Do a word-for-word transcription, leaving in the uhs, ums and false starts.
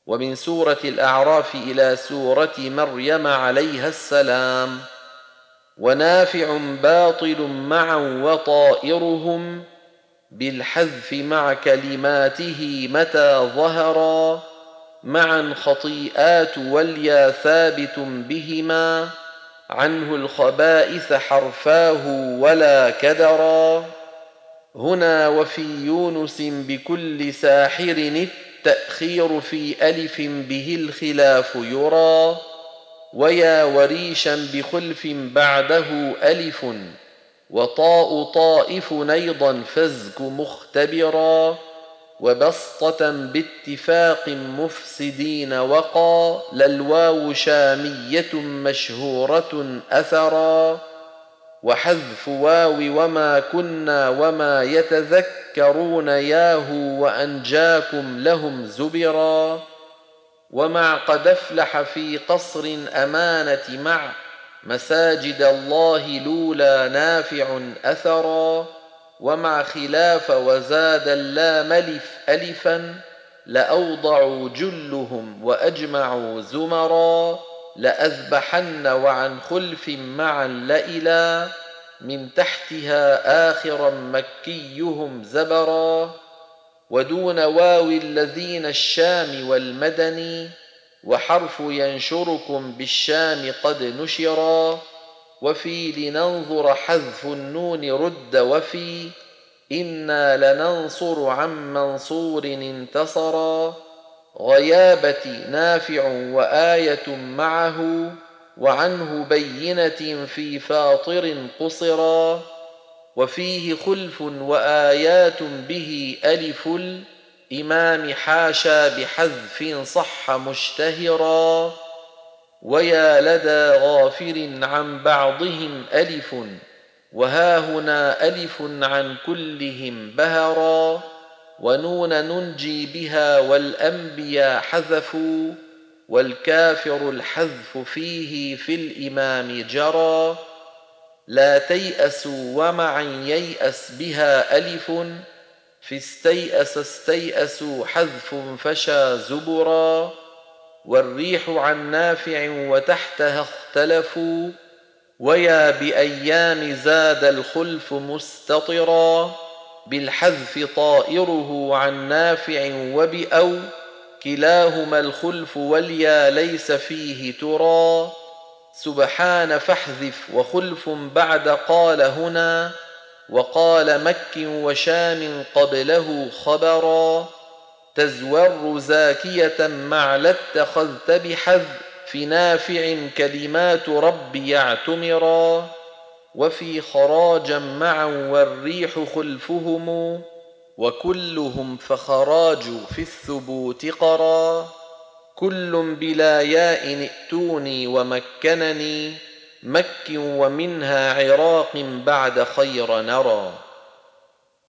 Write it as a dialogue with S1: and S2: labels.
S1: ومن سورة الأعراف إلى سورة مريم عليها السلام. ونافع باطل معا وطائرهم بالحذف مع كلماته متى ظهرا، معا خطيئات واليا ثابت بهما، عنه الخبائث حرفاه ولا كدرا. هنا وفي يونس بكل ساحر التأخير في ألف به الخلاف يرى، ويا وريشا بخلف بعده ألف، وطاء طائف أيضا فازك مختبرا. وبسطة باتفاق مفسدين وقا، للواو شامية مشهورة أثرا. وحذف واو وما كنا وما يتذكرون ياهو وأنجاكم لهم زبرا. ومع قد افلح في قصر أمانة مع مساجد الله لولا نافع أثرا. ومع خلاف وزاد اللام ألف ألفا، لأوضعوا جلهم وأجمعوا زمرا. لأذبحن وعن خلف معا لإلا، من تحتها آخرا مكيهم زبرا. ودون واو الذين الشام والمدني، وحرف ينشركم بالشام قد نشرا. وفي لننظر حذف النون رد، وفي إنا لننصر عن منصور انتصرا. غيابة نافع وآية معه، وعنه بينة في فاطر قصرا. وفيه خلف وآيات به ألف الإمام حاشا بحذف صح مشتهرا. ويا لدى غافر عن بعضهم ألف، وهاهنا ألف عن كلهم بهرا. ونون ننجي بها والأنبياء حذفوا، والكافر الحذف فيه في الإمام جرى. لا تيأسوا ومعا ييأس بها ألف، في استيأس استيأسوا حذف فشى زبرا. والريح عن نافع وتحتها اختلفوا، ويا بأيام زاد الخلف مستطرا. بالحذف طائره عن نافع وبأو، كلاهما الخلف واليا ليس فيه ترى. سبحان فاحذف وخلف بعد قال هنا، وقال مك وشام قبله خبرا. تزور زاكية مع لاتخذت بحذف نافع كلمات رب يعتمرا. وفي خراجا معا والريح خلفهم، وكلهم فخراج في الثبوت قرا. كل بلا ياء ائتوني ومكنني، مك ومنها عراق بعد خير نرى.